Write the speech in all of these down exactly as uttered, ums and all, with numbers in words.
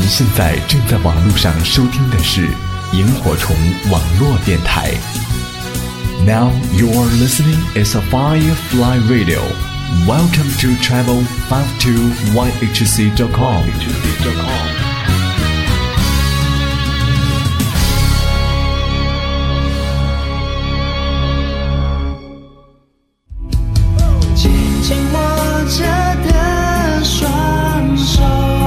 现在正在网络上收听的是萤火虫网络电台。Now you are listening is a Firefly Radio. Welcome to travel five two y h c dot com. 紧紧握着的双手，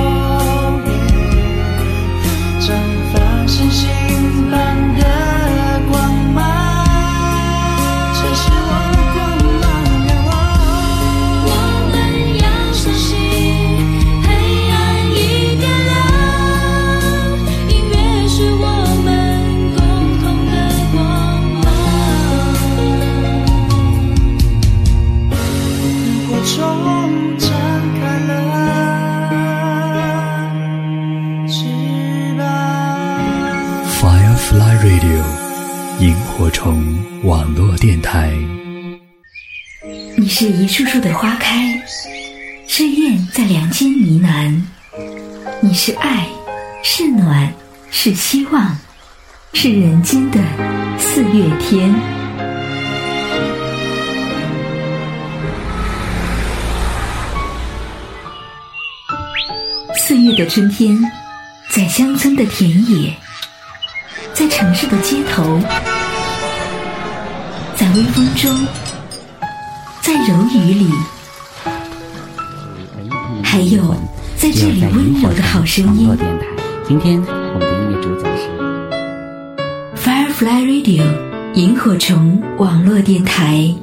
绽放星星般的光芒，这是我的光芒亮光。我们要相信黑暗已点亮，音乐是我们共同的光芒。萤火虫张开了翅膀。 Firefly Radio 萤火虫网络电台。 你是一束束的花开，是燕在梁间呢喃。你是爱，是暖，是希望，是人间的四月天。四月的春天，在乡村的田野，在城市的街头，在微风中，在柔雨里，还有在这里温柔的好声音。 电台，今天我们的音乐主角是 Firefly Radio 萤火虫网络电台。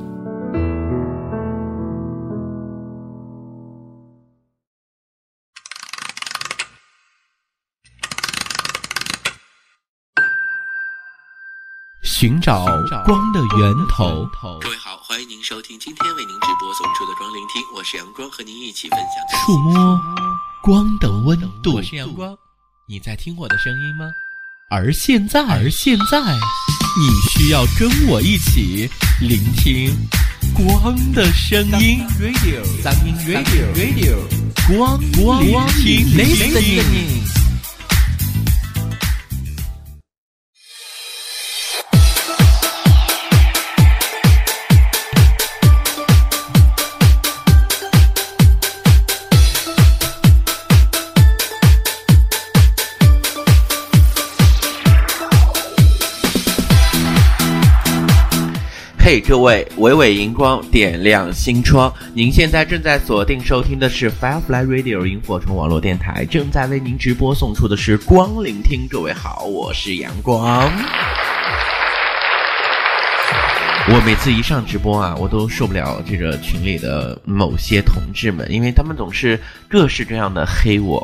寻找光的源头。 各位好，欢迎您收听今天为您直播送出的光聆听，我是阳光，和您一起分享触摸光的温度。我是阳光，你在听我的声音吗？而现在，而现在，你需要跟我一起聆听光的声音。Radio， 三音 Radio，Radio， 光光聆听 ，Listening。 嘿，各位，伟伟荧光点亮心窗，您现在正在锁定收听的是 Firefly Radio 萤火虫网络电台，正在为您直播送出的是光聆听。各位好，我是阳光。我每次一上直播啊，我都受不了这个群里的某些同志们，因为他们总是各式各样的黑我。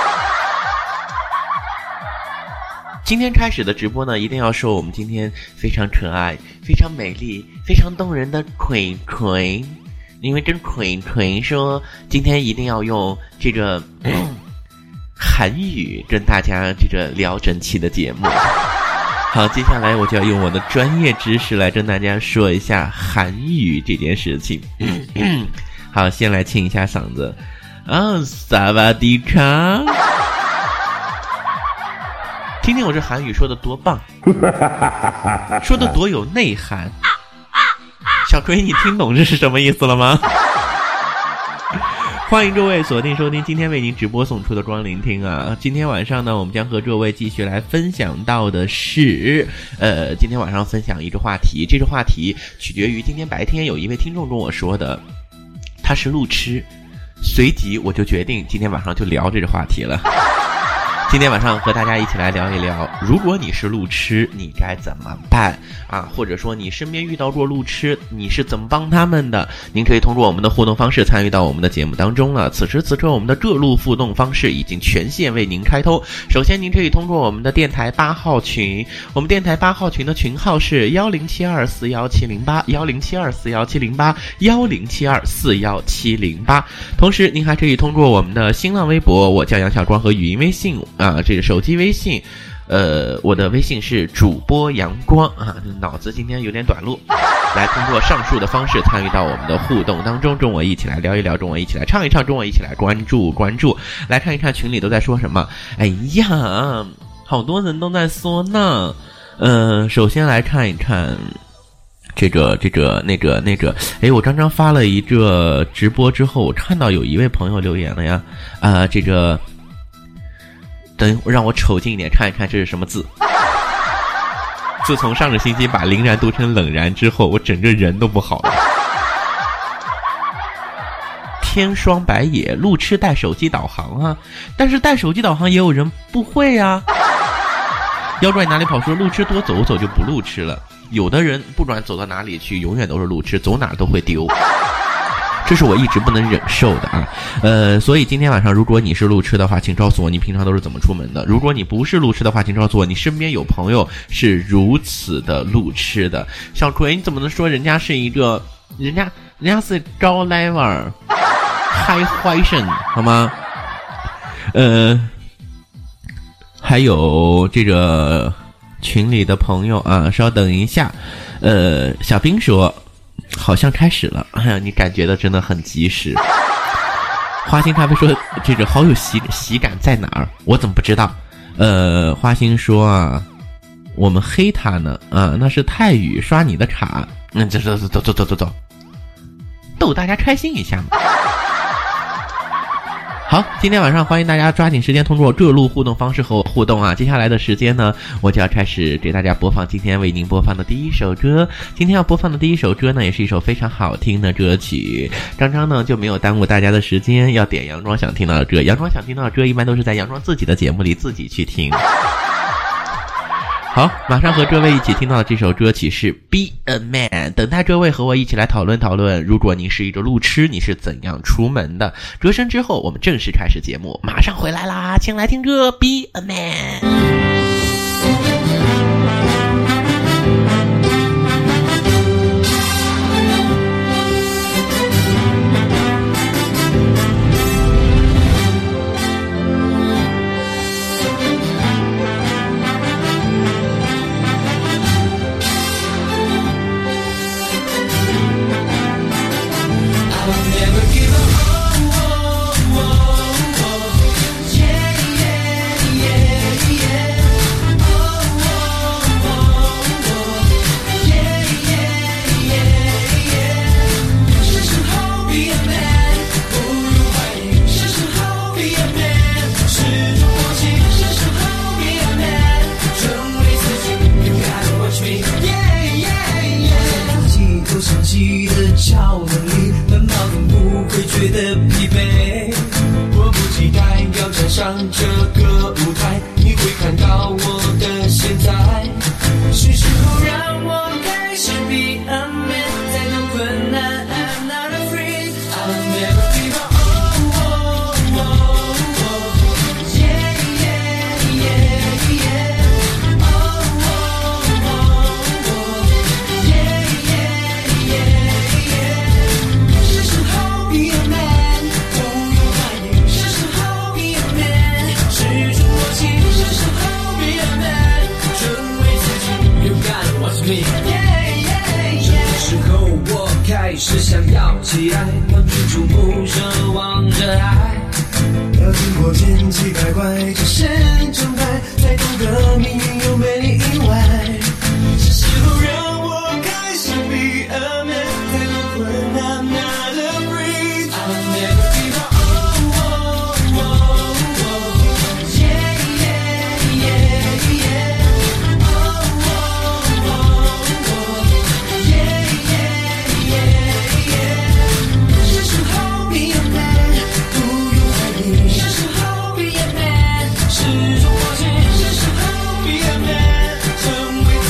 今天开始的直播呢，一定要说我们今天非常可爱、非常美丽、非常动人的葵葵，因为跟葵葵说今天一定要用这个、嗯、韩语跟大家这个聊整期的节目。好，接下来我就要用我的专业知识来跟大家说一下韩语这件事情。嗯嗯、好，先来清一下嗓子。啊，萨瓦迪卡。听听我这韩语说的多棒，说的多有内涵。小葵，你听懂这是什么意思了吗？欢迎各位锁定收听今天为您直播送出的光聆听啊！今天晚上呢，我们将和各位继续来分享到的是，呃，今天晚上分享一个话题，这个话题取决于今天白天有一位听众跟我说的，他是路痴，随即我就决定今天晚上就聊这个话题了。今天晚上和大家一起来聊一聊，如果你是路痴，你该怎么办啊？或者说你身边遇到过路痴，你是怎么帮他们的？您可以通过我们的互动方式参与到我们的节目当中了。此时此刻，我们的各路互动方式已经全线为您开通。首先，您可以通过我们的电台八号群，我们电台八号群的群号是幺零七二四幺七零八幺零七二四幺七零八幺零七二四幺七零八。同时，您还可以通过我们的新浪微博，我叫杨小光和语音微信。啊，这个手机微信呃，我的微信是主播阳光啊，脑子今天有点短路，来通过上述的方式参与到我们的互动当中，中我一起来聊一聊，中我一起来唱一唱，中我一起来关注关注，来看一看群里都在说什么。哎呀，好多人都在说呢。呃，首先来看一看这个这个那个那个，哎，我刚刚发了一个直播之后，我看到有一位朋友留言了呀，啊、呃，这个。等让我瞅近一点看一看这是什么字。自从上个星期把凛然读成冷然之后，我整个人都不好了。天霜白野，路痴带手机导航啊，但是带手机导航也有人不会啊。妖怪哪里跑说路痴多走走就不路痴了，有的人不管走到哪里去永远都是路痴，走哪都会丢。这是我一直不能忍受的啊，呃，所以今天晚上如果你是路痴的话，请告诉我你平常都是怎么出门的。如果你不是路痴的话，请告诉我你身边有朋友是如此的路痴的。小葵，你怎么能说人家是一个，人家人家是高 level high fashion 好吗？呃，还有这个群里的朋友啊，稍等一下，呃，小兵说。好像开始了，哎呀，你感觉的真的很及时。花心咖啡说这个好有喜喜感在哪儿？我怎么不知道？呃，花心说啊，我们黑他呢啊，那是泰语刷你的卡。嗯，走走走走走走走走，逗大家开心一下嘛。好，今天晚上欢迎大家抓紧时间通过各路互动方式和我互动啊！接下来的时间呢，我就要开始给大家播放今天为您播放的第一首歌。今天要播放的第一首歌呢，也是一首非常好听的歌曲。刚刚呢就没有耽误大家的时间，要点杨庄想听到的歌。杨庄想听到的歌一般都是在杨庄自己的节目里自己去听。好，马上和各位一起听到的这首歌曲是 Be a Man， 等待各位和我一起来讨论讨论，如果您是一个路痴，你是怎样出门的。歌声之后我们正式开始节目，马上回来啦，请来听歌 Be a Man。 是想要起来，关注注目，奢望着爱。要经过千奇百怪，这是正派，才懂得命运有美丽意外。是时候让我开始 be a man， 再多困难 not afraid。I'll never give up。Oh oh oh oh yeah yeah yeah yeah。Oh oh oh oh yeah yeah yeah。是时候 be a man， 不用怀疑。是时候 be a man， 始终过去。是时候 be a man， 成为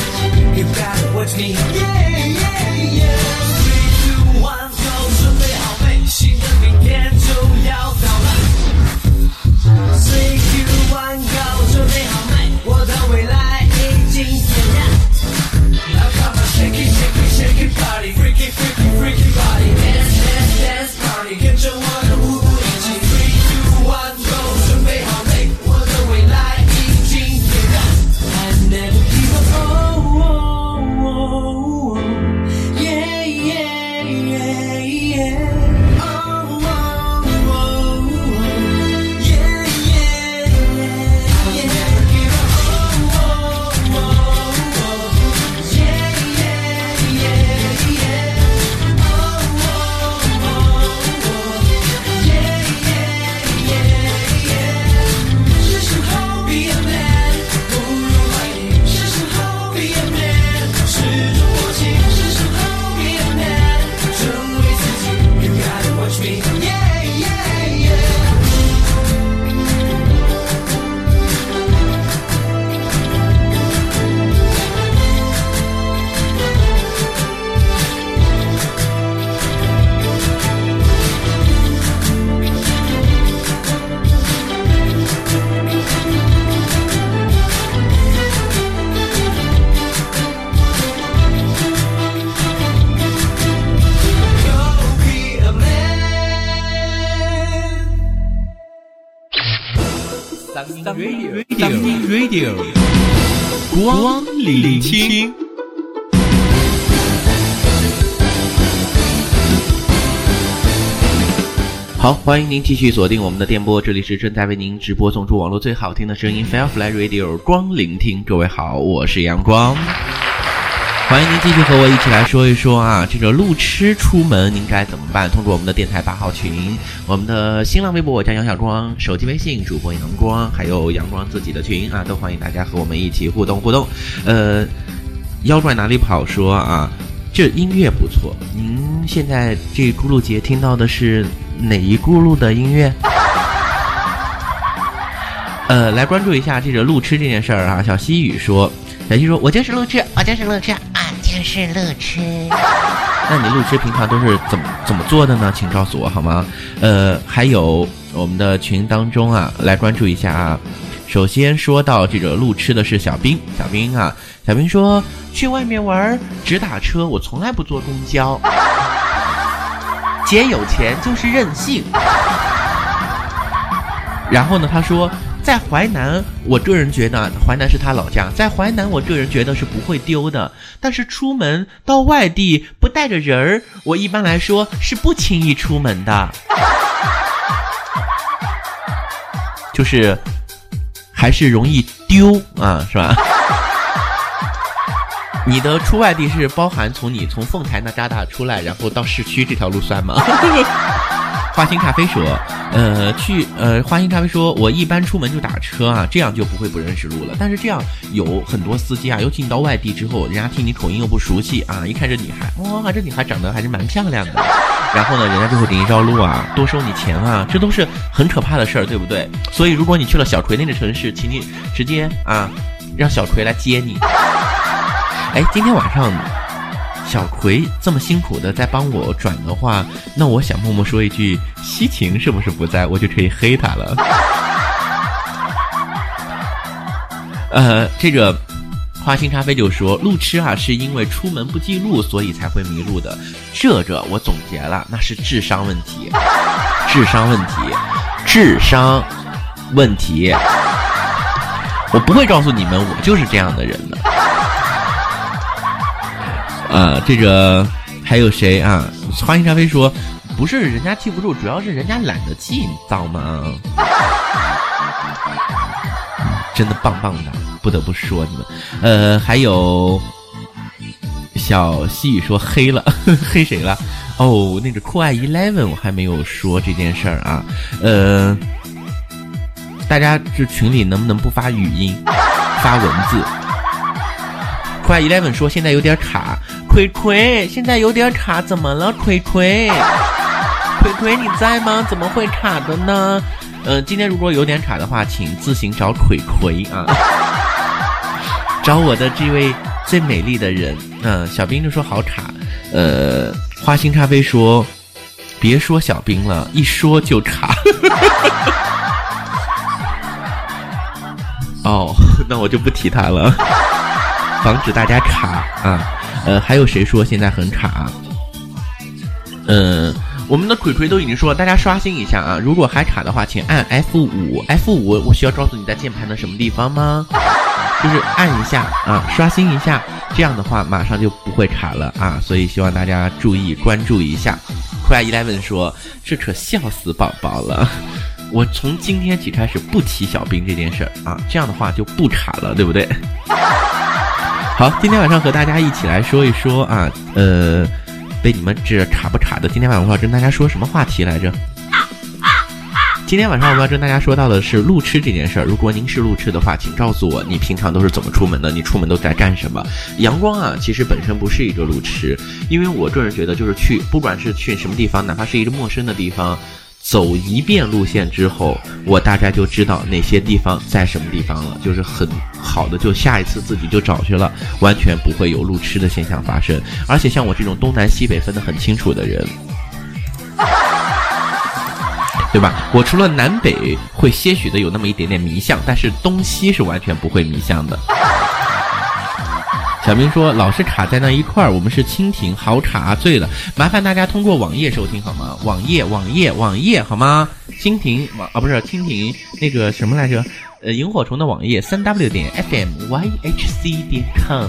Radio， 光聆听。 好，欢迎您继续锁定我们的电波，这里是正在为您直播送出网络最好听的声音 Firefly Radio 光聆听。各位好，我是阳光，欢迎您继续和我一起来说一说啊，这个路痴出门应该怎么办？通过我们的电台八号群，我们的新浪微博我叫杨小光，手机微信主播阳光，还有阳光自己的群啊，都欢迎大家和我们一起互动互动。呃，妖怪哪里跑说啊，这音乐不错，您现在这咕噜节听到的是哪一咕噜的音乐？呃，来关注一下这个路痴这件事儿啊。小西语说，小西说，我就是路痴，我就是路痴，啊，就是路痴。那你路痴平常都是怎么怎么做的呢？请告诉我好吗？呃，还有我们的群当中啊，来关注一下啊。首先说到这个路痴的是小兵，小兵啊，小兵说去外面玩只打车，我从来不坐公交。姐有钱就是任性。然后呢，他说在淮南，我个人觉得淮南是他老家，在淮南我个人觉得是不会丢的，但是出门到外地不带着人儿，我一般来说是不轻易出门的。就是还是容易丢啊，是吧？你的出外地是包含从你从凤台那旮沓出来，然后到市区这条路算吗？花心咖啡说，呃，去呃，花心咖啡说，我一般出门就打车啊，这样就不会不认识路了。但是这样有很多司机啊，尤其你到外地之后，人家听你口音又不熟悉啊，一看这女孩，哇，这女孩长得还是蛮漂亮的，然后呢，人家就会给你绕路啊，多收你钱啊，这都是很可怕的事儿，对不对？所以如果你去了小葵那个城市，请你直接啊，让小葵来接你。哎，今天晚上小葵这么辛苦的在帮我转的话，那我想默默说一句，西晴是不是不在，我就可以黑他了。呃，这个花心咖啡就说，路痴啊是因为出门不记路，所以才会迷路的。这个我总结了，那是智商问题，智商问题，智商问题。我不会告诉你们，我就是这样的人的。呃，这个还有谁啊？花心咖啡说，不是人家记不住，主要是人家懒得记，你知道吗？真的棒棒的，不得不说你们。呃，还有小西语说黑了，黑谁了？哦，那个酷爱十一我还没有说这件事儿啊。呃，大家这群里能不能不发语音，发文字？酷爱十一说现在有点卡。葵葵现在有点卡，怎么了？葵葵，葵葵你在吗？怎么会卡的呢？呃，今天如果有点卡的话，请自行找葵葵啊，找我的这位最美丽的人。嗯、呃，小兵就说好卡。呃，花心咖啡说，别说小兵了，一说就卡。哦，那我就不提他了，防止大家卡啊。呃，还有谁说现在很卡？嗯、呃，我们的葵葵都已经说了，大家刷新一下啊！如果还卡的话，请按 F 五。F 五，我需要告诉你在键盘的什么地方吗？就是按一下啊，刷新一下，这样的话马上就不会卡了啊！所以希望大家注意关注一下。酷爱十一说，这可笑死宝宝了。我从今天起开始不提小兵这件事儿啊，这样的话就不卡了，对不对？好，今天晚上和大家一起来说一说啊，呃，被你们这卡不卡的，今天晚上我要跟大家说什么话题来着？今天晚上我们要跟大家说到的是路痴这件事儿。如果您是路痴的话，请告诉我你平常都是怎么出门的，你出门都在干什么？阳光啊，其实本身不是一个路痴，因为我个人觉得就是去，不管是去什么地方，哪怕是一个陌生的地方，走一遍路线之后，我大概就知道哪些地方在什么地方了，就是很好的，就下一次自己就找去了，完全不会有路痴的现象发生。而且像我这种东南西北分得很清楚的人，对吧？我除了南北会些许的有那么一点点迷向，但是东西是完全不会迷向的。小明说老是卡在那一块儿，我们是蜻蜓，好卡醉了，麻烦大家通过网页收听好吗？网页网页网页好吗？蜻蜓网啊不是蜻蜓那个什么来着？ 呃，萤火虫的网页三 w 点 f m y h c 点 com。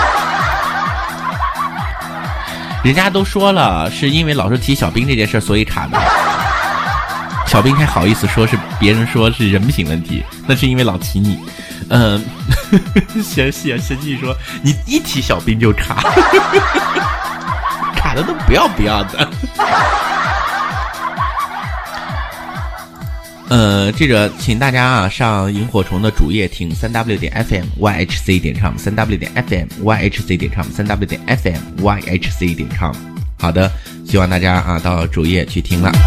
人家都说了，是因为老是提小兵这件事所以卡的。小兵还好意思说是别人说是人品问题，那是因为老提你。嗯，详细啊，详细说，你一提小兵就卡，卡的都不要不要的。呃，这个请大家啊上萤火虫的主页听三 w 点 f m y h c 点 com 三 w 点 f m y h c 点 com 三 w 点 f m y h c 点 com。好的，希望大家啊到主页去听了。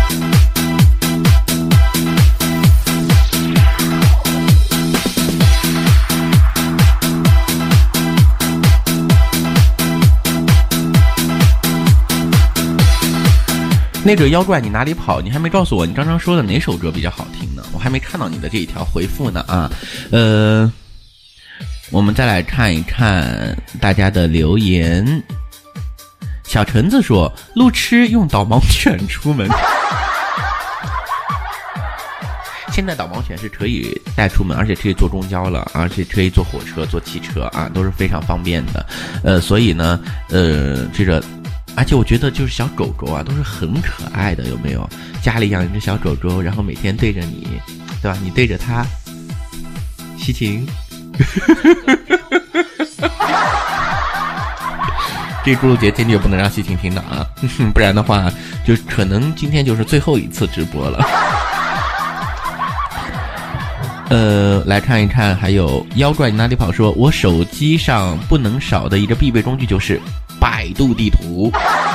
那个妖怪你哪里跑？你还没告诉我你刚刚说的哪首歌比较好听呢？我还没看到你的这一条回复呢啊。呃，我们再来看一看大家的留言。小橙子说路痴用导盲犬出门。现在导盲犬是可以带出门，而且可以坐公交了，而且可以坐火车、坐汽车啊，都是非常方便的。呃，所以呢，呃，这个。而且我觉得就是小狗狗啊都是很可爱的，有没有？家里养一只小狗狗，然后每天对着你，对吧？你对着它，西晴，这个侏儒节坚决不能让西晴听到啊，不然的话就可能今天就是最后一次直播了。呃，来看一看，还有妖怪你哪里跑说，我手机上不能少的一个必备工具就是百度地图。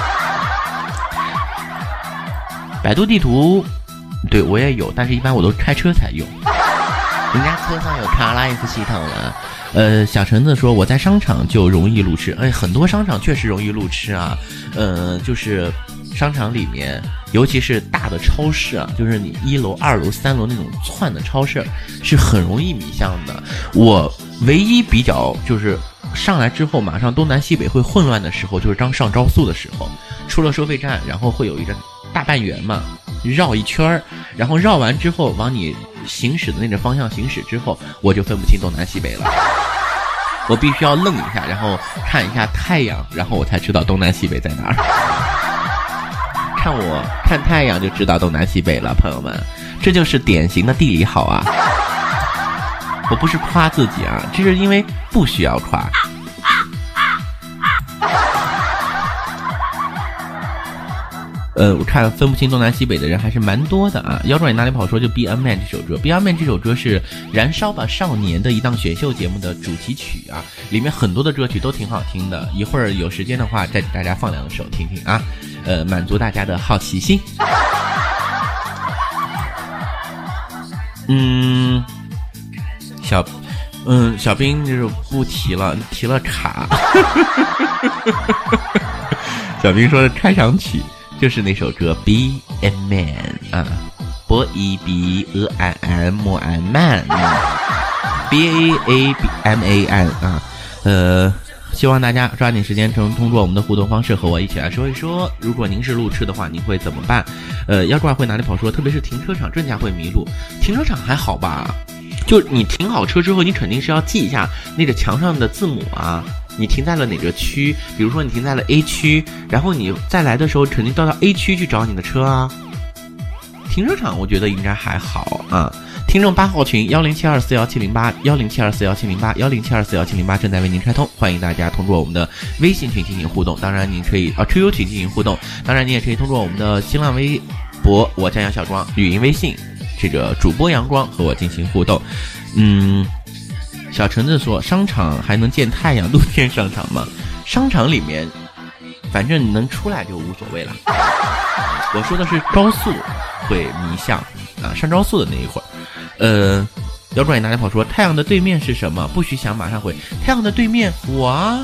百度地图对我也有，但是一般我都开车才用，人家车上有 CarLife 系统了。呃，小橙子说我在商场就容易路痴，哎，很多商场确实容易路痴啊。呃，就是商场里面尤其是大的超市啊，就是你一楼二楼三楼那种窜的超市是很容易迷向的。我唯一比较就是上来之后马上东南西北会混乱的时候，就是刚上高速的时候，出了收费站，然后会有一个大半圆嘛，绕一圈，然后绕完之后往你行驶的那个方向行驶之后，我就分不清东南西北了。我必须要愣一下，然后看一下太阳，然后我才知道东南西北在哪儿。看我看太阳就知道东南西北了，朋友们，这就是典型的地理好啊。我不是夸自己啊，这是因为不需要夸。呃，我看分不清东南西北的人还是蛮多的啊。妖怪你哪里跑说就 Be a Man 这首歌 Be a Man 这首歌是燃烧吧少年的一档选秀节目的主题曲啊，里面很多的歌曲都挺好听的，一会儿有时间的话再给大家放两首听听啊，呃，满足大家的好奇心。嗯，小嗯小兵就是不提了，提了卡。小兵说的开场曲就是那首歌 Be a Man 啊，波一 B E N N M N Man B A A M A N 啊，呃，希望大家抓紧时间通通过我们的互动方式和我一起来说一说，如果您是路痴的话，您会怎么办？呃，妖怪会哪里跑说，特别是停车场更加会迷路。停车场还好吧？就你停好车之后，你肯定是要记一下那个墙上的字母啊。你停在了哪个区？比如说你停在了 A 区，然后你再来的时候肯定到到 A 区去找你的车啊。停车场我觉得应该还好啊。听众八号群幺零七二四幺七零八幺零七二四幺七零八幺零七二四幺七零八正在为您开通，欢迎大家通过我们的微信群进行互动，当然您可以啊 Q Q 群进行互动，当然你也可以通过我们的新浪微博我叫杨小光语音微信这个主播阳光和我进行互动。嗯。小橙子说商场还能见太阳，露天商场吗？商场里面反正能出来就无所谓了。我说的是高速会迷向啊，上高速的那一会儿。呃，妖怪你哪里跑说太阳的对面是什么？不许想，马上回。太阳的对面我啊，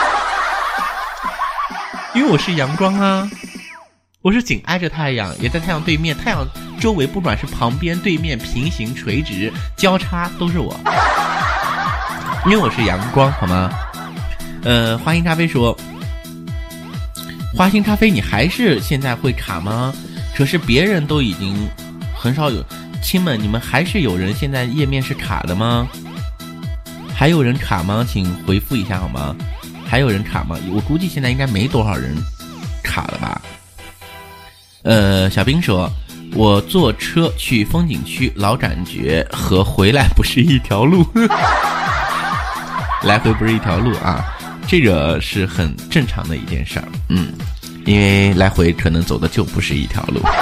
因为我是阳光啊，我是紧挨着太阳，也在太阳对面，太阳周围不管是旁边、对面、平行、垂直、交叉都是我。因为我是阳光，好吗？呃，花心咖啡说，花心咖啡，你还是现在会卡吗？可是别人都已经很少有， 亲们，你们还是有人现在页面是卡的吗？还有人卡吗？请回复一下好吗？还有人卡吗？我估计现在应该没多少人卡了吧。呃，小兵说，我坐车去风景区，老感觉和回来不是一条路。来回不是一条路啊，这个是很正常的一件事儿。嗯，因为来回可能走的就不是一条路。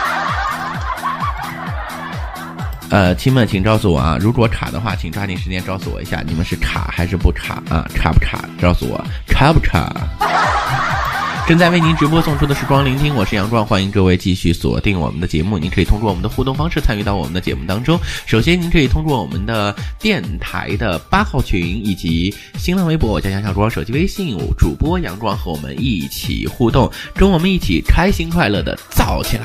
呃，亲们，请告诉我啊，如果卡的话，请抓紧时间告诉我一下，你们是卡还是不卡啊？卡不卡？告诉我，卡不卡？正在为您直播送出的时光聆听，我是杨壮，欢迎各位继续锁定我们的节目。您可以通过我们的互动方式参与到我们的节目当中。首先，您可以通过我们的电台的八号群以及新浪微博我叫杨小壮，手机微信主播杨壮和我们一起互动，跟我们一起开心快乐的造起来。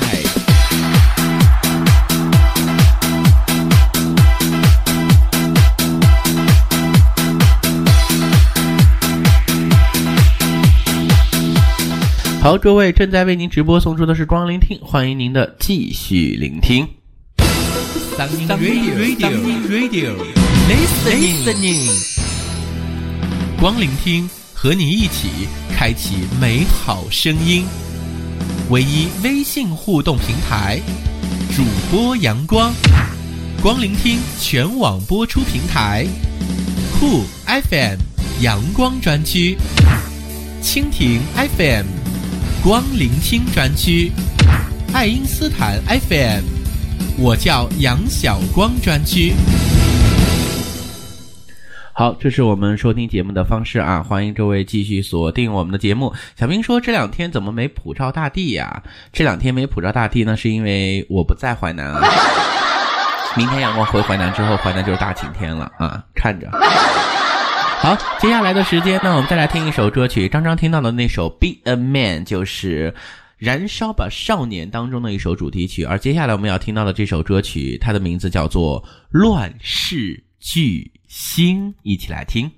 好，各位，正在为您直播送出的是光聆听，欢迎您的继续聆听。Listening， 光聆听，和你一起开启美好声音。唯一微信互动平台，主播阳光，光聆听全网播出平台，酷 F M 阳光专区，蜻蜓 F M。光聆听专区，爱因斯坦 F M， 我叫杨小光专区。好，这是我们收听节目的方式啊，欢迎各位继续锁定我们的节目。小兵说这两天怎么没普照大地呀？这两天没普照大地呢，是因为我不在淮南啊。明天阳光回淮南之后，淮南就是大晴天了啊，看着。好，接下来的时间呢，我们再来听一首歌曲。刚刚听到的那首 Be a Man 就是燃烧吧少年当中的一首主题曲，而接下来我们要听到的这首歌曲，它的名字叫做乱世巨星，一起来听。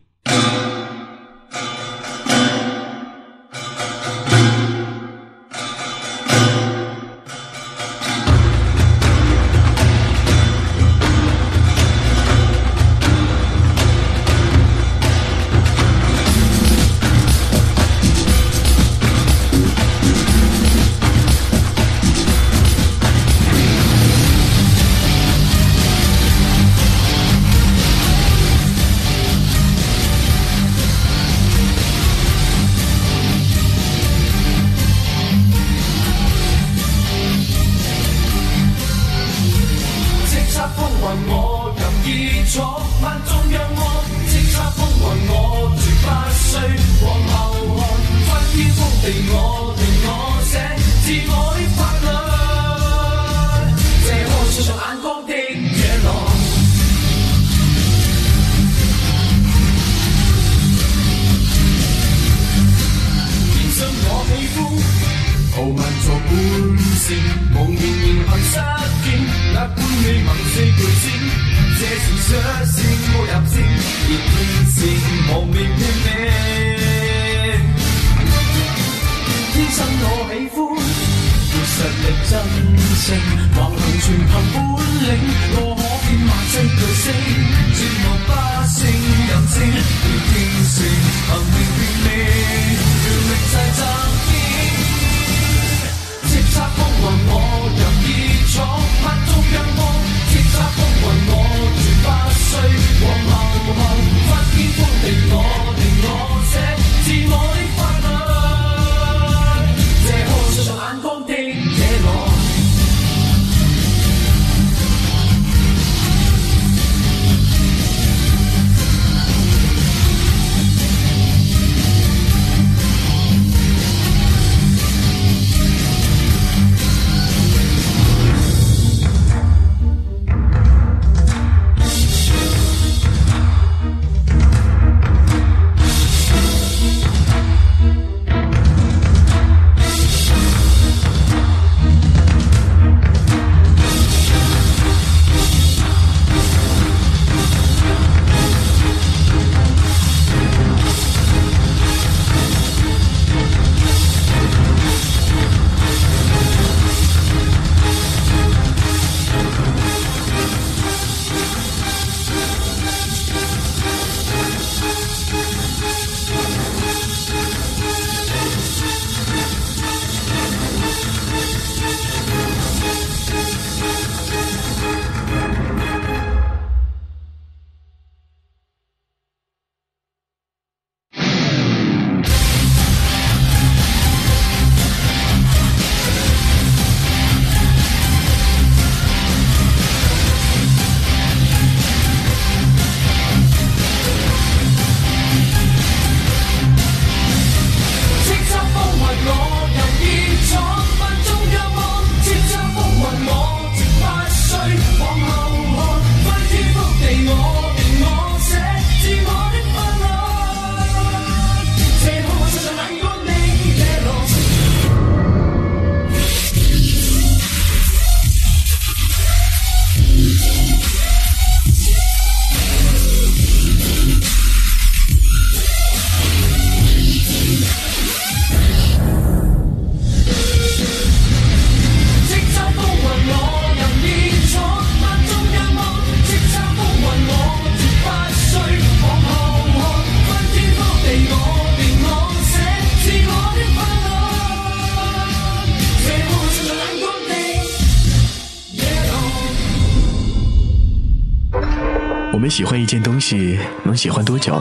们喜欢一件东西能喜欢多久？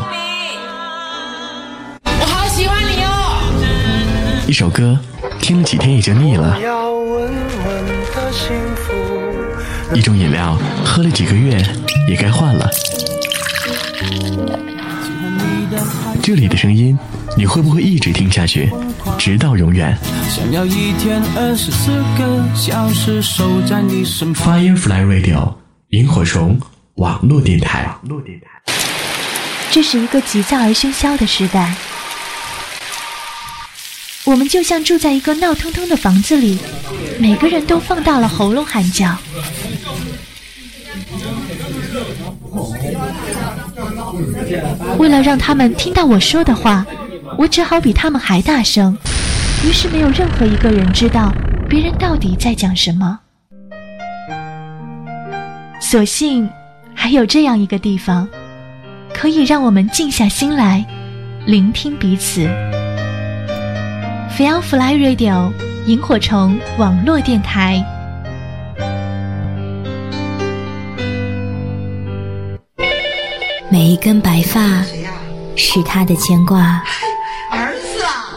我好喜欢你哦！ 一首歌听了几天也就腻了，一种饮料喝了几个月也该换了。这里的声音你会不会一直听下去，直到永远？ 想要一天二十四个小时守在你身旁。 Firefly Radio 萤火虫网络电台。 这是一个急躁而喧嚣的时代，我们就像住在一个闹腾腾的房子里，每个人都放大了喉咙喊叫。为了让他们听到我说的话，我只好比他们还大声，于是没有任何一个人知道别人到底在讲什么。所幸还有这样一个地方，可以让我们静下心来聆听彼此。 Firefly Radio 萤火虫网络电台。 每一根白发是他的牵挂， 儿子啊！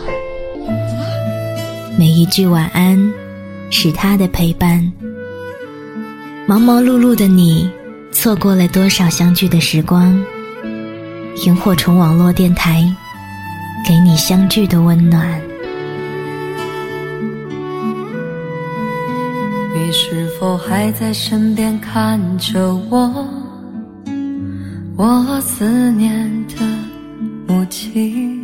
每一句晚安是他的陪伴。忙忙碌碌的你，错过了多少相聚的时光？萤火虫网络电台，给你相聚的温暖。 你是否还在身边看着我？我思念的母亲。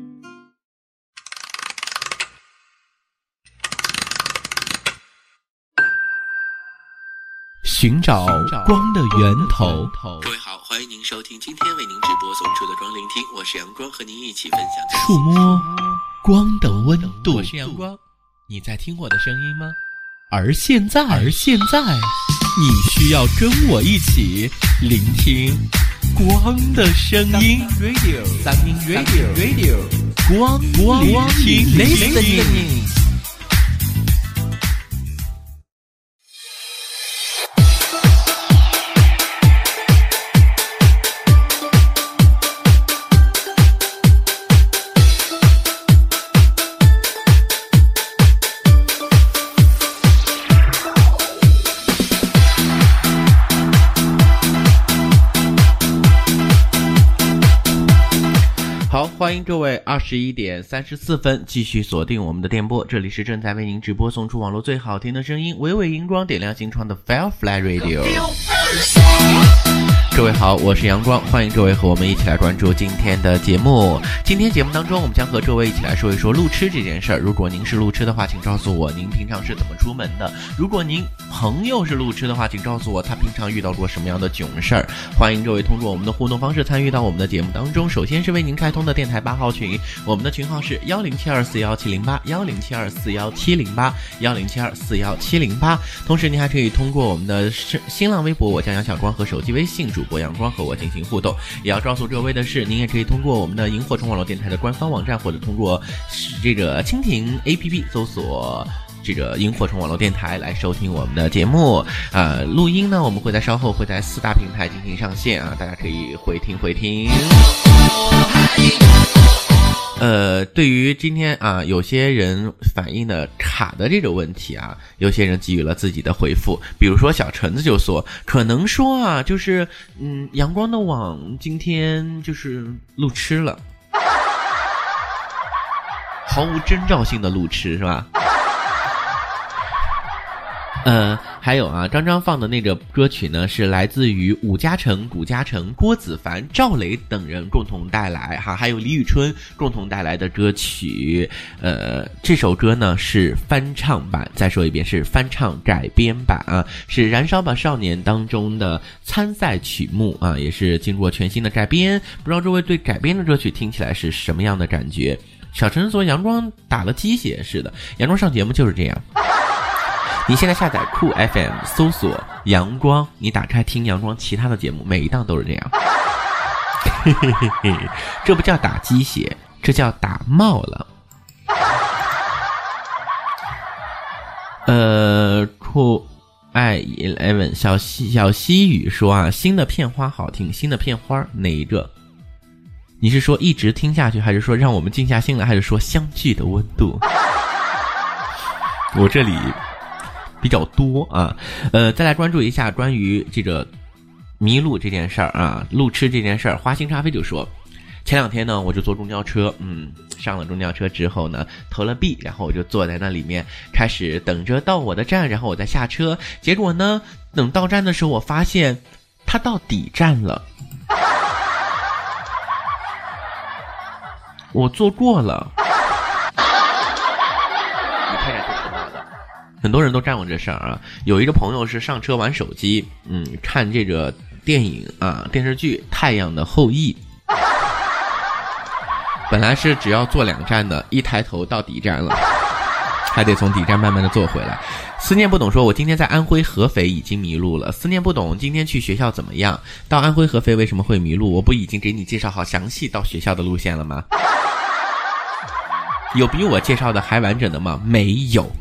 寻找光的源头。 各位好，欢迎您收听今天为您直播送出的光聆听，我是阳光，和您一起分享的触摸光的温度。我是阳光，你在听我的声音吗？而现在，而现在，你需要跟我一起聆听光的声音。Radio， 三音 Radio，Radio， 光光聆听 ，Listening。 欢迎各位二十一点三十四分继续锁定我们的电波，这里是正在为您直播送出网络最好听的声音，微微荧光点亮心窗的 Firefly Radio。 各位好，我是阳光，欢迎各位和我们一起来关注今天的节目。今天节目当中，我们将和各位一起来说一说路痴这件事儿。如果您是路痴的话，请告诉我您平常是怎么出门的。如果您朋友是路痴的话，请告诉我他平常遇到过什么样的囧事儿。欢迎各位通过我们的互动方式参与到我们的节目当中。首先是为您开通的电台八号群，我们的群号是幺零七二四幺七零八幺零七二四幺七零八幺零七二四幺七零八。同时您还可以通过我们的新浪微博我叫杨小光和手机微信主播阳光和我进行互动。也要告诉各位的是，您也可以通过我们的萤火虫网络电台的官方网站，或者通过这个蜻蜓 A P P 搜索这个萤火虫网络电台来收听我们的节目。呃，录音呢，我们会在稍后会在四大平台进行上线啊，大家可以回听回听。呃，对于今天啊，有些人反映的卡的这个问题啊，有些人给予了自己的回复。比如说小橙子就说，可能说啊，就是嗯，阳光的网今天就是路痴了，毫无征兆性的路痴是吧？呃，还有啊，张张放的那个歌曲呢，是来自于伍嘉诚、古嘉诚、郭子凡、赵雷等人共同带来哈，还有李宇春共同带来的歌曲。呃，这首歌呢是翻唱版，再说一遍是翻唱改编版啊，是《燃烧吧少年》当中的参赛曲目啊，也是经过全新的改编。不知道各位对改编的歌曲听起来是什么样的感觉？小陈说阳光打了鸡血似的，阳光上节目就是这样。你现在下载酷 F M 搜索阳光，你打开听阳光其他的节目，每一档都是这样。嘿嘿嘿嘿，这不叫打鸡血，这叫打冒了。呃，酷爱 eleven 小西小西语说啊，新的片花好听，新的片花哪一个？你是说一直听下去，还是说让我们静下心来，还是说相聚的温度？我这里比较多啊，呃，再来关注一下关于这个迷路这件事儿啊，路痴这件事儿。花心咖啡就说，前两天呢，我就坐公交车，嗯，上了公交车之后呢，投了币，然后我就坐在那里面，开始等着到我的站，然后我再下车。结果呢，等到站的时候，我发现他到底站了，我坐过了。你看看这是哪的？很多人都干过这事儿啊。有一个朋友是上车玩手机，嗯，看这个电影啊，电视剧《太阳的后裔》。本来是只要坐两站的，一抬头到底站了，还得从底站慢慢的坐回来。思念不懂说，我今天在安徽合肥已经迷路了。思念不懂今天去学校怎么样？到安徽合肥为什么会迷路？我不已经给你介绍好详细到学校的路线了吗？有比我介绍的还完整的吗？没有。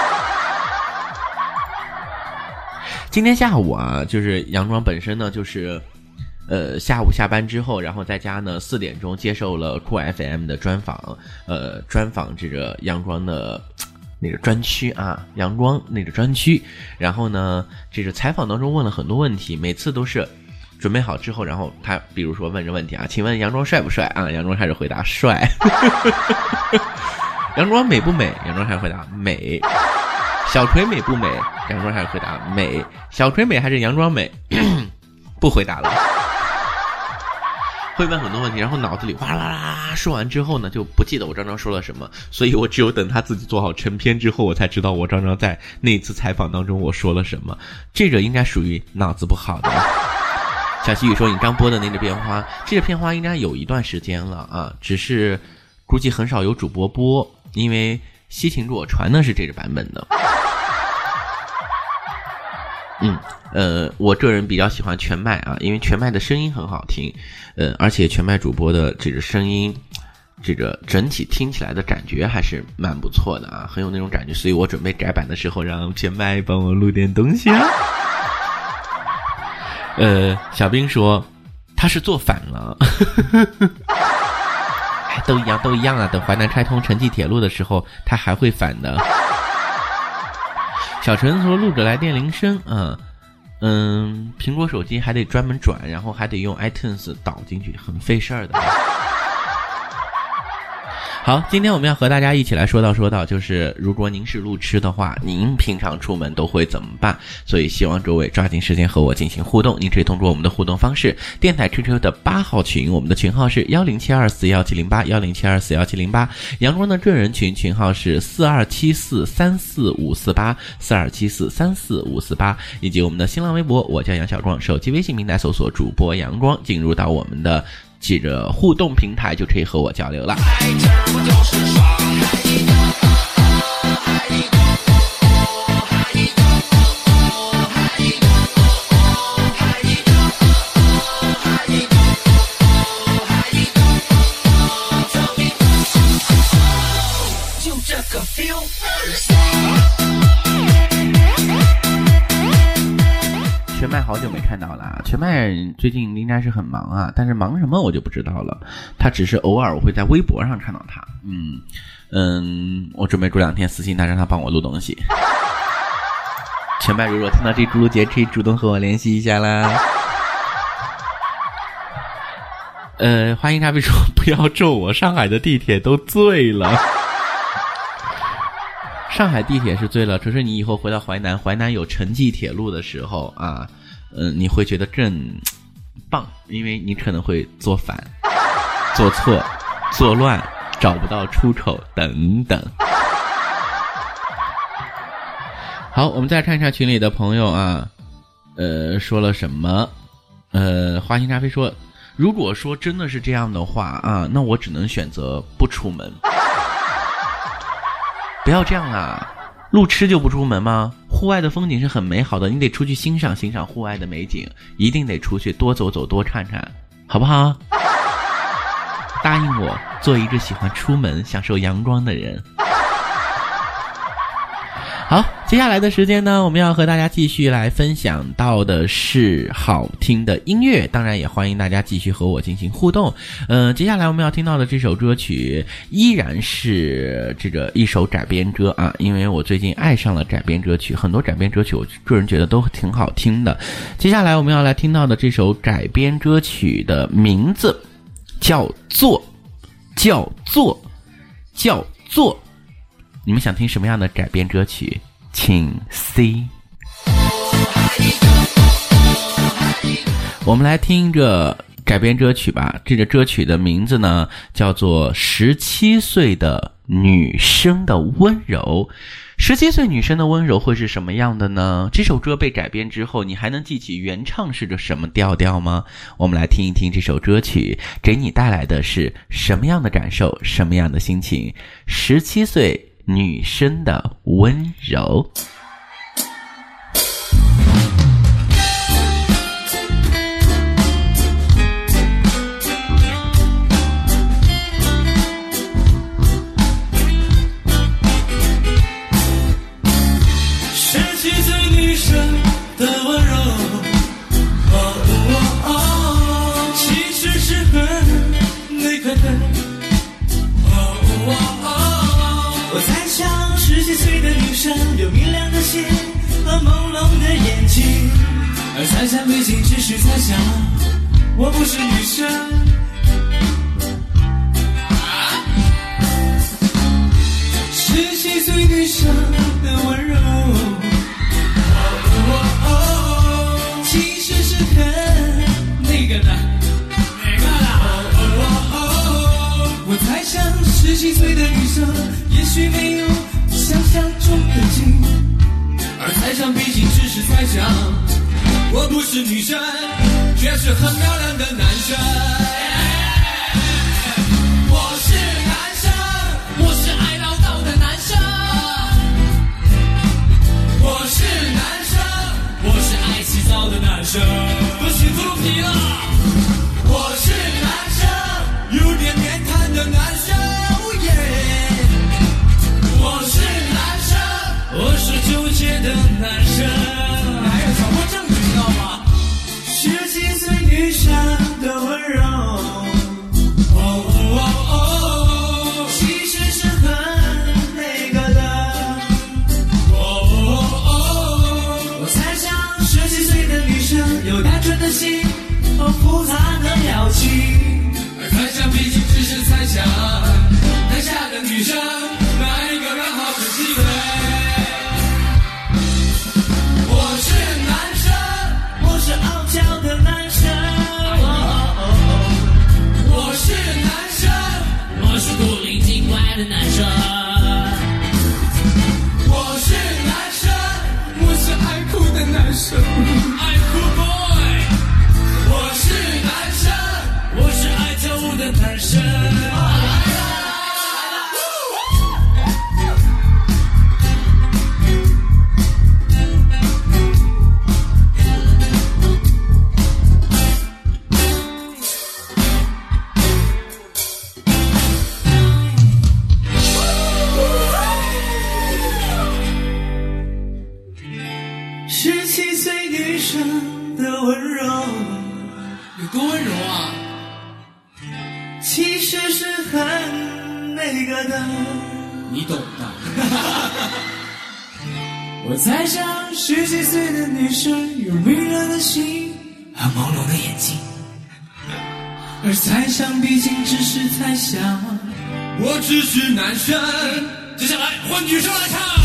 今天下午啊，就是杨庄本身呢，就是呃，下午下班之后，然后在家呢，四点钟接受了酷 F M 的专访，呃，专访这个阳光的那个专区啊，阳光那个专区。然后呢，这个采访当中问了很多问题，每次都是准备好之后，然后他比如说问这问题啊，请问杨庄帅不帅啊？杨庄开始回答帅。杨庄美不美？杨庄开始回答美。小锤美不美？杨庄开始回答美。小锤美还是杨庄美？不回答了。会问很多问题，然后脑子里哗啦啦说完之后呢，就不记得我张张说了什么，所以我只有等他自己做好成片之后，我才知道我张张在那次采访当中我说了什么。这个应该属于脑子不好的。小西雨说，你刚播的那个片花，这个片花应该有一段时间了啊，只是估计很少有主播播，因为西芹给我传的是这个版本的。嗯，呃，我个人比较喜欢全麦啊，因为全麦的声音很好听，呃，而且全麦主播的这个声音，这个整体听起来的感觉还是蛮不错的啊，很有那种感觉，所以我准备改版的时候让全麦帮我录点东西啊。呃，小兵说他是做反了。都一样，都一样啊！等淮南开通城际铁路的时候，他还会反的。小陈说录着来电铃声，嗯嗯，苹果手机还得专门转，然后还得用 iTunes 导进去，很费事儿的。好，今天我们要和大家一起来说到说到，就是如果您是路痴的话，您平常出门都会怎么办？所以希望各位抓紧时间和我进行互动。您可以通过我们的互动方式，电台 Q Q 的八号群，我们的群号是幺零七二四幺七零八幺零七二四幺七零八，阳光的个人群群号是四二七四三四五四八四二七四三四五四八，以及我们的新浪微博，我叫杨小光，手机微信平台搜索主播阳光，进入到我们的这个互动平台就可以和我交流了。 就这个 feel。 全麦好久没看到了，全麦最近应该是很忙啊，但是忙什么我就不知道了。他只是偶尔我会在微博上看到他，嗯嗯，我准备过两天私信他，让他帮我录东西。全麦如果听到这轱辘节，可以主动和我联系一下啦。呃，欢迎咖啡说不要咒我，上海的地铁都醉了。上海地铁是醉了，可是你以后回到淮南，淮南有城际铁路的时候啊，嗯、呃，你会觉得更棒，因为你可能会做反、做错、作乱，找不到出口等等。好，我们再看一下群里的朋友啊，呃，说了什么？呃，花心咖啡说，如果说真的是这样的话啊，那我只能选择不出门。不要这样啦，路痴就不出门吗？户外的风景是很美好的，你得出去欣赏欣赏户外的美景，一定得出去多走走多看看，好不好？答应我，做一个喜欢出门享受阳光的人。 好，接下来的时间呢，我们要和大家继续来分享到的是好听的音乐，当然也欢迎大家继续和我进行互动。呃，接下来我们要听到的这首歌曲依然是这个一首改编歌啊，因为我最近爱上了改编歌曲，很多改编歌曲我个人觉得都挺好听的。接下来我们要来听到的这首改编歌曲的名字叫做叫做叫做你们想听什么样的改编歌曲？请 C。 我们来听着改编歌曲吧。这个歌曲的名字呢叫做十七岁的女生的温柔。十七岁女生的温柔会是什么样的呢？这首歌被改编之后，你还能记起原唱是个什么调调吗？我们来听一听这首歌曲给你带来的是什么样的感受，什么样的心情。十七岁女生的温柔。 有明亮的心和朦胧的眼睛，而猜想毕竟只是猜想，我不是女生。十七岁女生的温柔，哦哦哦，其实是很那个的，哪个啦？哦哦哦，我猜想十七岁的女生也许没有想象中的近，而猜想毕竟只是猜想，我不是女生，却是很漂亮的男生。我是男生，我是爱唠叨的男生。我是男生，我是爱洗澡的男生。我是猪皮了。我是男生，有点面瘫的男生。我是纠结的男生，还有强迫症，你知道吗？十七岁女生的温柔，哦哦哦，其实是很那个的，哦哦哦，我猜想十七岁的女生有单纯的心和复杂的表情，而猜想毕竟只是猜想，台下的女生哪一个刚好是机会？是傲娇的男生，哦哦哦，我是男生，我是古灵精怪的男生。我是男生，我是爱哭的男生，爱哭 boy。我是男生，我是爱跳舞的男生。有多温柔啊？其实是很那个的，你懂的。我猜想十几岁的女生有明亮的心和朦胧的眼睛，而猜想毕竟只是猜想，我只是男生。接下来换女生来唱。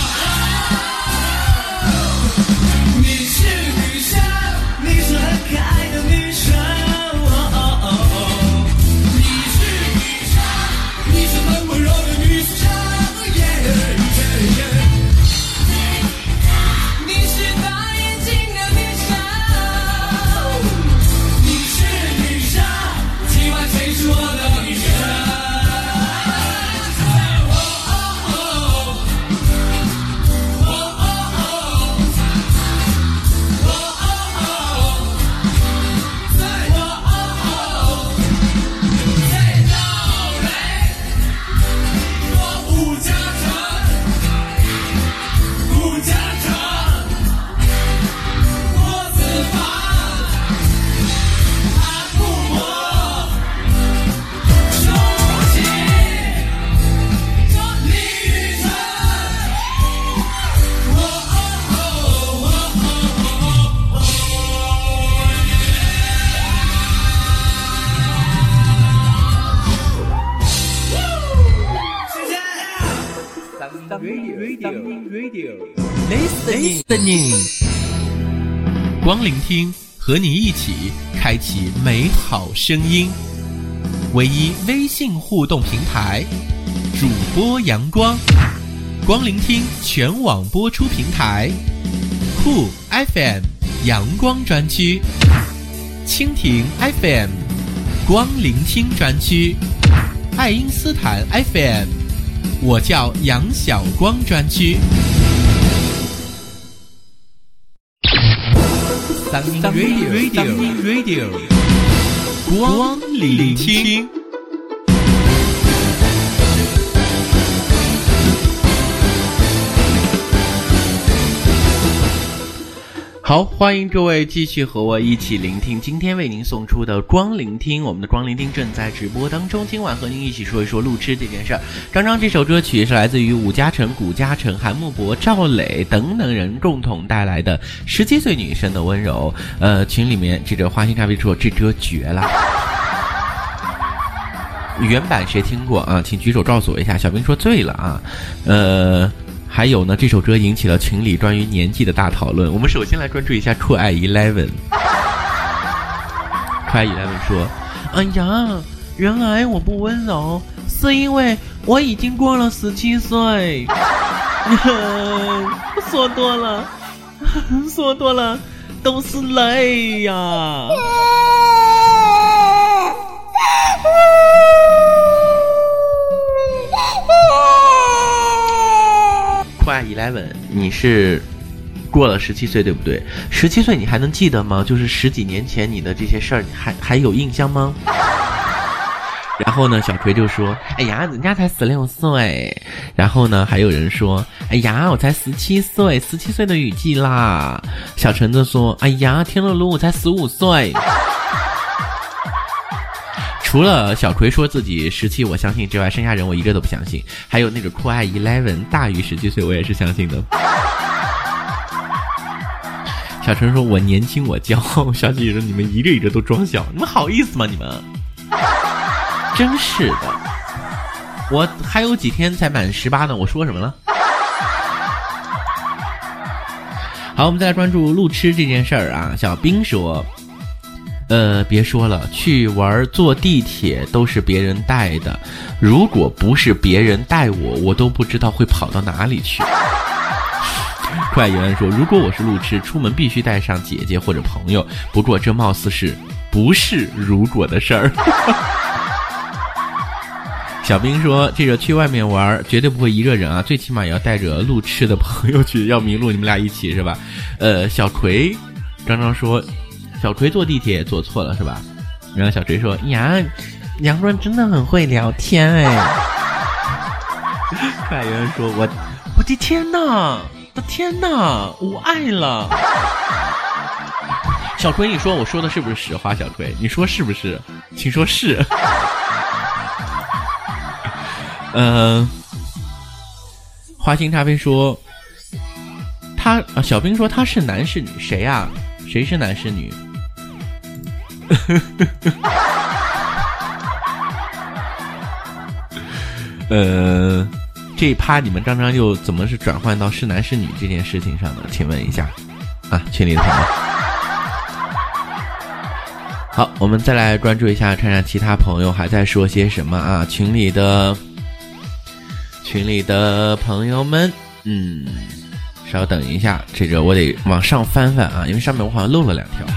很可爱的女生，哦哦哦哦，你是女生，你是很温柔的女生，耶耶耶，你是大眼睛的女生，你是女生，今晚谁是我的女生？哦哦哦， ，Listening，光聆听，和你一起开启美好声音。唯一微信互动平台，主播阳光，光聆听全网播出平台，酷 F M 阳光专区，蜻蜓 F M 光聆听专区，爱因斯坦 F M 我叫杨晓光专区。Sunny Radio，Sunny Radio， 光聆听。好，欢迎各位继续和我一起聆听今天为您送出的光聆听。我们的光聆听正在直播当中，今晚和您一起说一说路痴这件事儿。刚刚这首歌曲是来自于伍嘉诚、古嘉诚、韩木博、赵磊等等人共同带来的十七岁女生的温柔。呃，群里面这个花心咖啡说这歌绝了。原版谁听过啊？请举手告诉我一下。小兵说醉了啊。呃。还有呢，这首歌引起了群里关于年纪的大讨论。我们首先来关注一下酷爱 Eleven。酷爱 Eleven 说：“哎呀，原来我不温柔，是因为我已经过了十七岁。说多了，说多了，都是泪呀。”酷爱 Eleven， 你是过了十七岁对不对？十七岁你还能记得吗？就是十几年前你的这些事儿，你还还有印象吗？然后呢，小葵就说：“哎呀，人家才十六岁。”然后呢，还有人说：“哎呀，我才十七岁，十七岁的雨季啦。”小橙子说：“哎呀，天乐路我才十五岁。”除了小葵说自己十七我相信之外，剩下人我一个都不相信。还有那个酷爱 Eleven 大于十七岁我也是相信的。小陈说我年轻我骄傲，小姐姐说你们一个一个都装小，你们好意思吗你们？真是的，我还有几天才满十八呢，我说什么了？好，我们再来关注路痴这件事儿啊。小兵说呃，别说了，去玩坐地铁都是别人带的，如果不是别人带我，我都不知道会跑到哪里去。快有人说，如果我是路痴，出门必须带上姐姐或者朋友，不过这貌似是不是如果的事儿。小兵说，这个去外面玩绝对不会一个人啊，最起码也要带着路痴的朋友去，要迷路你们俩一起是吧？呃，小葵刚刚说小葵坐地铁也坐错了是吧？然后小葵说呀，杨光真的很会聊天哎。快有人说我我的天哪，我的天哪，我爱了。小葵你说我说的是不是实话？小葵你说是不是？请说是。呃花心咖啡说他、啊、小兵说他是男是女，谁啊？谁是男是女？呃，这一趴你们刚刚又怎么是转换到是男是女这件事情上的？请问一下啊，群里的朋友。好，我们再来关注一下，看看其他朋友还在说些什么啊？群里的群里的朋友们，嗯，稍等一下，这个我得往上翻翻啊，因为上面我好像漏了两条。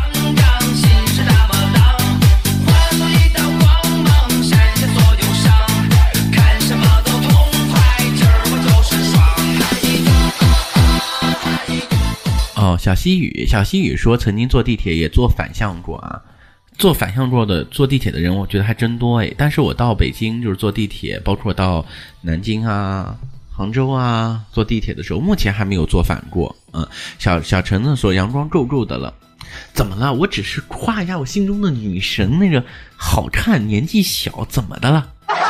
哦，小西雨，小西雨说曾经坐地铁也坐反向过啊，坐反向过的坐地铁的人，我觉得还真多诶。但是我到北京就是坐地铁，包括到南京啊、杭州啊，坐地铁的时候，目前还没有坐反过。嗯，小小橙子说阳光够够的了，怎么了？我只是夸一下我心中的女神，那个好看，年纪小，怎么的了？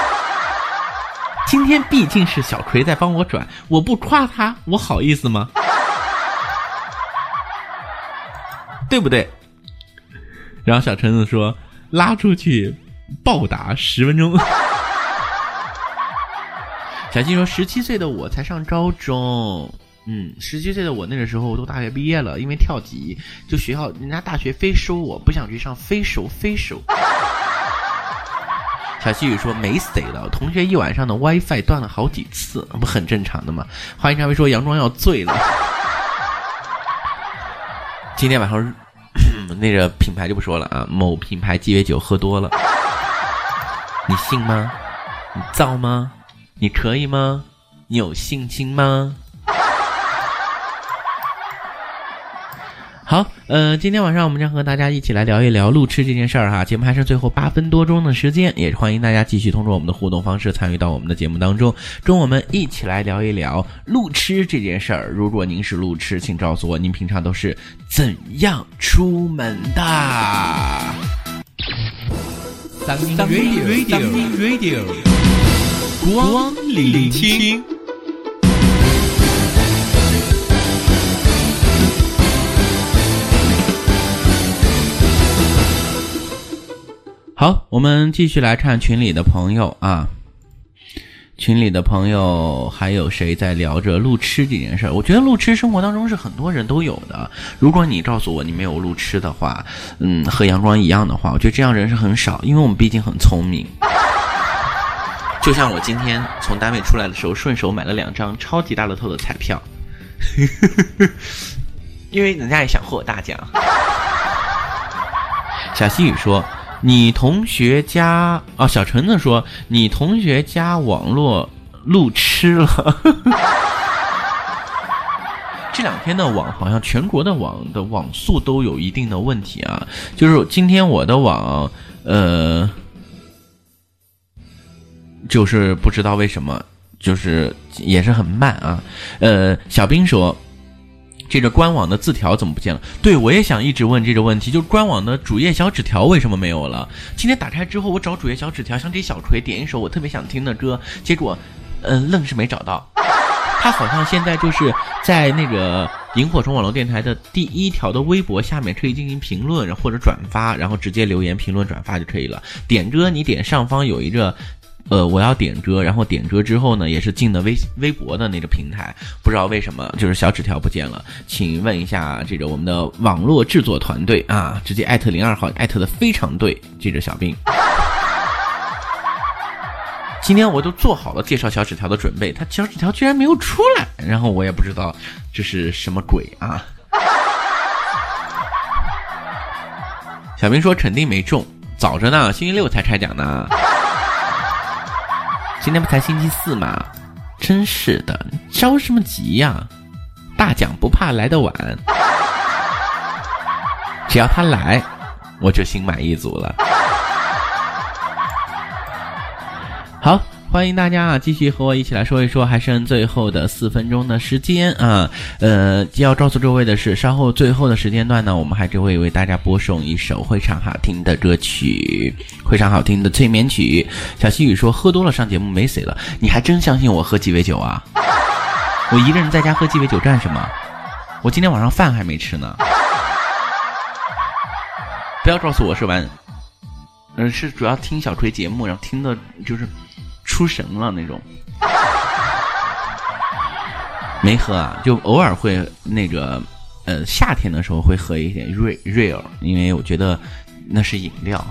今天毕竟是小葵在帮我转，我不夸她，我好意思吗？对不对？然后小橙子说拉出去暴打十分钟。 小七说十七岁的我才上高中。嗯，十七岁的我那个时候我都大学毕业了，因为跳级，就学校人家大学非收我，不想去上，非收非收。小西雨说没谁了，同学一晚上的 WiFi 断了好几次，不很正常的吗？花音茶杯说杨庄要醉了。今天晚上那个品牌就不说了啊，某品牌鸡尾酒喝多了，你信吗？你造吗？你可以吗？你有信心吗？好，呃，今天晚上我们将和大家一起来聊一聊路痴这件事儿哈。节目还剩最后八分多钟的时间，也欢迎大家继续通过我们的互动方式参与到我们的节目当中，跟我们一起来聊一聊路痴这件事儿。如果您是路痴，请告诉我您平常都是怎样出门的。 当 radio当 radio 光聆听。 好，我们继续来看群里的朋友啊，群里的朋友还有谁在聊着路痴这件事儿？我觉得路痴生活当中是很多人都有的。如果你告诉我你没有路痴的话，嗯，和阳光一样的话，我觉得这样人是很少，因为我们毕竟很聪明。就像我今天从单位出来的时候，顺手买了两张超级大乐透的彩票，因为人家也想获大奖。小西雨说。你同学家哦，小橙子说你同学家网络路痴了。这两天的网好像全国的网的网速都有一定的问题啊，就是今天我的网呃就是不知道为什么就是也是很慢啊。呃小兵说这个官网的字条怎么不见了？对，我也想一直问这个问题，就是官网的主页小纸条为什么没有了？今天打开之后，我找主页小纸条，想给小锤点一首我特别想听的歌，结果，呃，愣是没找到。他好像现在就是在那个萤火虫网络电台的第一条的微博下面可以进行评论或者转发，然后直接留言评论转发就可以了。点歌你点上方有一个。呃，我要点歌，然后点歌之后呢，也是进的微微博的那个平台，不知道为什么就是小纸条不见了，请问一下这个我们的网络制作团队啊，直接艾特零二号，艾特的非常对，记着小兵。今天我都做好了介绍小纸条的准备，他小纸条居然没有出来，然后我也不知道这是什么鬼啊。小兵说肯定没中，早着呢，星期六才开奖呢。今天不才星期四吗？真是的，着什么急呀？大奖不怕来得晚，只要他来，我就心满意足了。好，欢迎大家啊，继续和我一起来说一说，还剩最后的四分钟的时间啊。呃，要告诉各位的是，稍后最后的时间段呢，我们还是会为大家播送一首非常好听的歌曲，非常好听的催眠曲。小西雨说，喝多了上节目没谁了，你还真相信我喝鸡尾酒啊？我一个人在家喝鸡尾酒干什么？我今天晚上饭还没吃呢。不要告诉我是玩，呃，是主要听小锤节目，然后听的就是出神了那种。没喝啊，就偶尔会那个呃夏天的时候会喝一点 real， 因为我觉得那是饮料。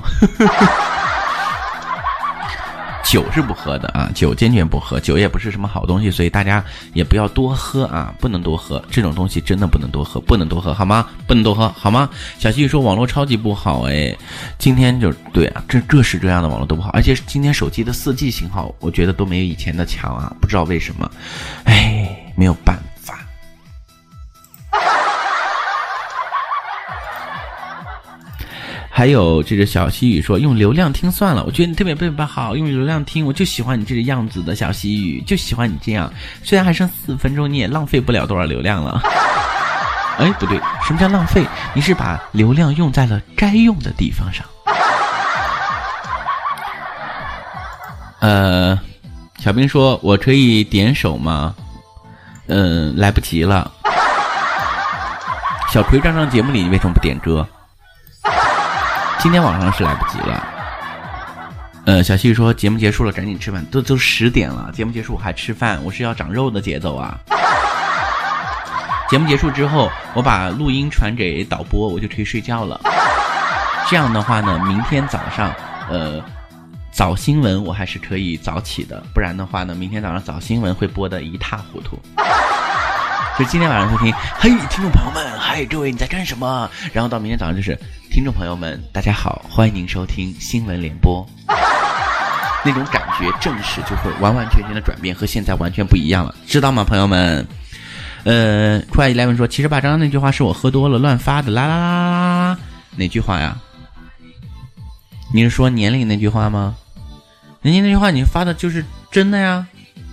酒是不喝的啊，酒坚决不喝，酒也不是什么好东西，所以大家也不要多喝啊，不能多喝，这种东西真的不能多喝，不能多喝好吗？不能多喝好吗？小西说网络超级不好哎，今天就对啊，这各式各样的网络都不好，而且今天手机的 四 G 型号我觉得都没有以前的强啊，不知道为什么，哎，没有办法。还有这个小西雨说用流量听算了，我觉得你特别特别好，用流量听，我就喜欢你这个样子的小西雨，就喜欢你这样，虽然还剩四分钟，你也浪费不了多少流量了。哎，不对，什么叫浪费？你是把流量用在了该用的地方上。呃，小兵说我可以点手吗？嗯、呃，来不及了。小葵刚刚节目里为什么不点歌？今天晚上是来不及了。 呃，小西说节目结束了，赶紧吃饭，都都十点了，节目结束我还吃饭，我是要长肉的节奏啊。节目结束之后，我把录音传给导播，我就可以睡觉了。这样的话呢，明天早上，呃，早新闻我还是可以早起的，不然的话呢，明天早上早新闻会播得一塌糊涂。就今天晚上会听，嘿，听众朋友们，嗨，各位你在干什么？然后到明天早上就是，听众朋友们，大家好，欢迎您收听新闻联播。那种感觉正式就会完完全全的转变，和现在完全不一样了，知道吗，朋友们？呃 ，Try Eleven 说，其实吧，刚刚那句话是我喝多了乱发的，啦啦啦啦啦，哪句话呀？你是说年龄那句话吗？人家那句话你发的就是真的呀，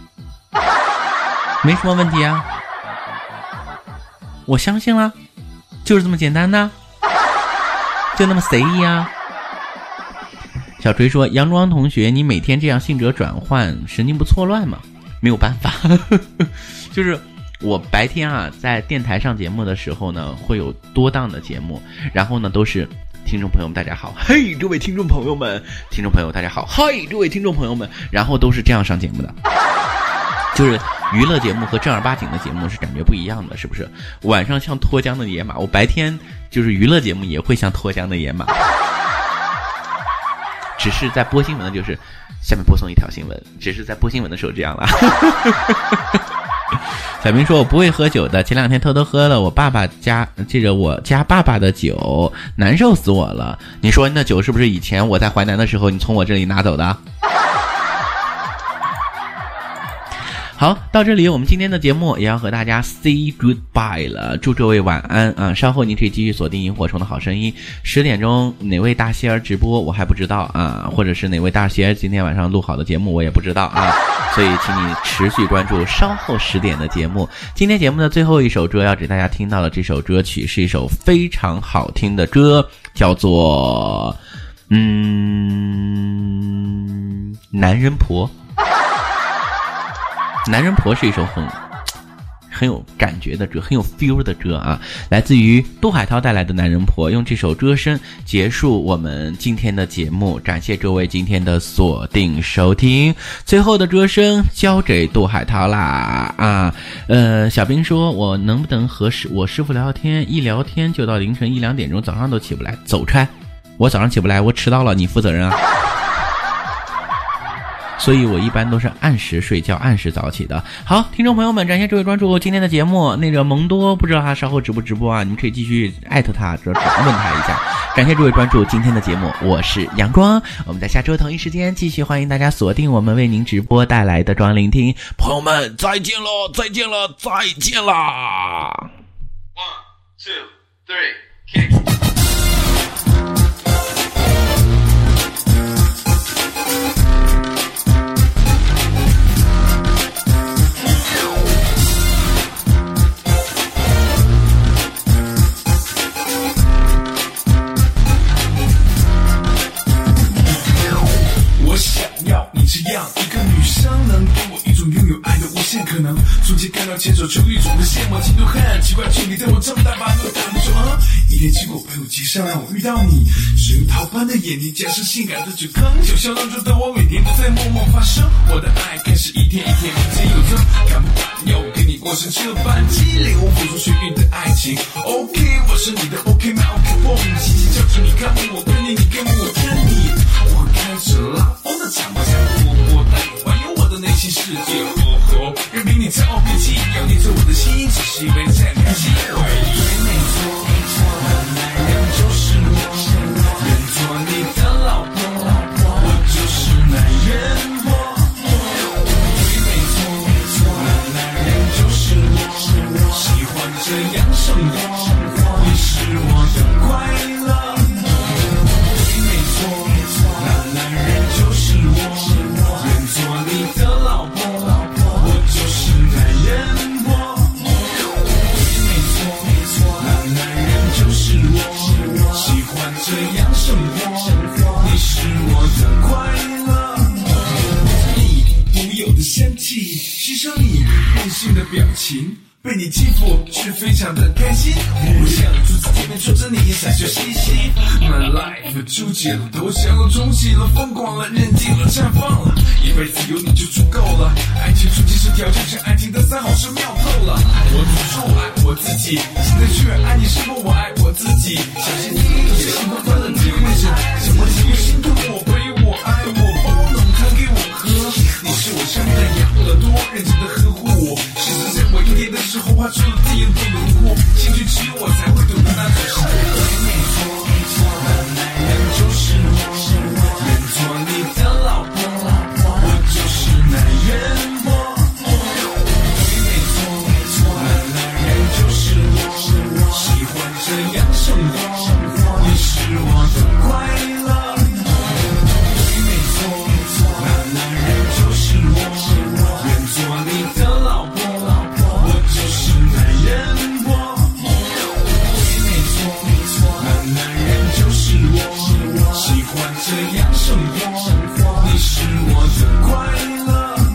没什么问题啊。我相信了，就是这么简单的，就那么随意啊。小锤说，杨庄同学，你每天这样性格转换，神经不错乱吗？没有办法，就是我白天啊在电台上节目的时候呢，会有多档的节目，然后呢都是听众朋友们大家好，嘿，各位听众朋友们，听众朋友大家好，嗨，各位听众朋友们，然后都是这样上节目的。就是娱乐节目和正儿八经的节目是感觉不一样的，是不是？晚上像脱缰的野马，我白天就是娱乐节目也会像脱缰的野马，只是在播新闻的就是下面播送一条新闻，只是在播新闻的时候这样了。小明说，我不会喝酒的，前两天偷偷喝了我爸爸家这个我家爸爸的酒，难受死我了。你说那酒是不是以前我在淮南的时候你从我这里拿走的？好，到这里我们今天的节目也要和大家 say goodbye 了，祝各位晚安啊！稍后您可以继续锁定萤火虫的好声音，十点钟哪位大仙儿直播我还不知道啊，或者是哪位大仙儿今天晚上录好的节目我也不知道啊，所以请你持续关注稍后十点的节目。今天节目的最后一首歌要给大家听到的这首歌曲是一首非常好听的歌，叫做嗯男人婆。男人婆是一首很很有感觉的歌，很有 feel 的歌啊，来自于杜海涛带来的男人婆，用这首歌声结束我们今天的节目，感谢各位今天的锁定收听。最后的歌声交给杜海涛啦啊！呃，小兵说，我能不能和我师傅聊天，一聊天就到凌晨一两点钟，早上都起不来，走开！我早上起不来，我迟到了，你负责任啊！所以我一般都是按时睡觉按时早起的。好，听众朋友们，感谢各位关注今天的节目。那个蒙多不知道他稍后直不直播啊，你们可以继续艾特他，问他一下。感谢各位关注今天的节目，我是阳光，我们在下周同一时间继续欢迎大家锁定我们为您直播带来的专聆听。朋友们再见了再见了再见啦 One two three kick。 这样一个女生能给我一种拥有爱的无限可能，逐渐看到牵手就一种的羡慕嫉妒恨，奇怪距离在我这么大把路打不住啊！一连经过朋友介绍让我遇到你，水蜜桃般的眼睛加上性感的嘴坑，就像当初的我每天都在默默发生，我的爱开始一天一天明天有增，看不惯要跟你过上这般激烈我付出血运的爱情。 OK 我是你的 OK 吗 OK 风心心叫着你看我跟你，你跟我我跟你，我开始拉风的长发像波波带你环游我的内心世界，呵呵任凭你在我脾气要你着我的心，只是因为在开心对没错那男人就是我，愿做你的老婆，我就是男人婆，对没错那男人就是我，喜欢这样生活，你是我的快乐，对没错那男人就是我，愿做你的老婆，我就是男人婆，对没错那男人就是我，喜欢这样生活，你是我的快乐，你独有的香气，欣赏你任性的表情，被你欺负却非常的开心，我想初次见面戳着你傻笑嘻嘻。My life 纠结了，投降了，重启了，疯狂了，认定了，绽放了，一辈子有你就足够了。爱情初期是条件，是爱情的三好是妙透了。我诅咒爱我自己，现在却爱你，是否我爱我自己？相信你也幸福快乐体会着，什么体育心痛我陪我爱我包容他给我喝。你是我像太阳耳朵，认真的呵护我，是在我一点的时候画出了第一个轮廓，兴趣只有我才会懂得那种伤。没错没错，那男人就是我，认错你的老婆，我就是男人我。没错没错，那男人就是我，喜欢这样生活，你是我的快乐。没错没错，那男人就是我，认错你的老婆，我就是男人我。没错没错，那男人就是我，喜欢这样生活，你是我的快乐。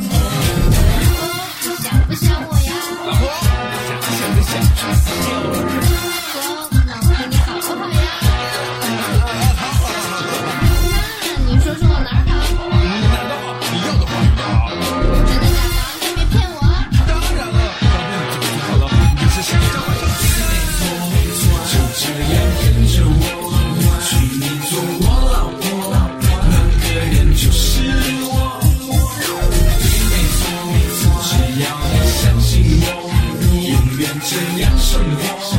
想不想我呀？ 老婆，想不想不想？ 那我看你好不好呀？那你说说我哪儿好？ 哪儿都好，你要的话都好。 真的假的？你别骗我。 当然了，好了，你是谁的坏脾气？没错没错，就这样跟着我，娶你做我老婆，那个人就是我。没错没错，只要你相信我，永远这样生活。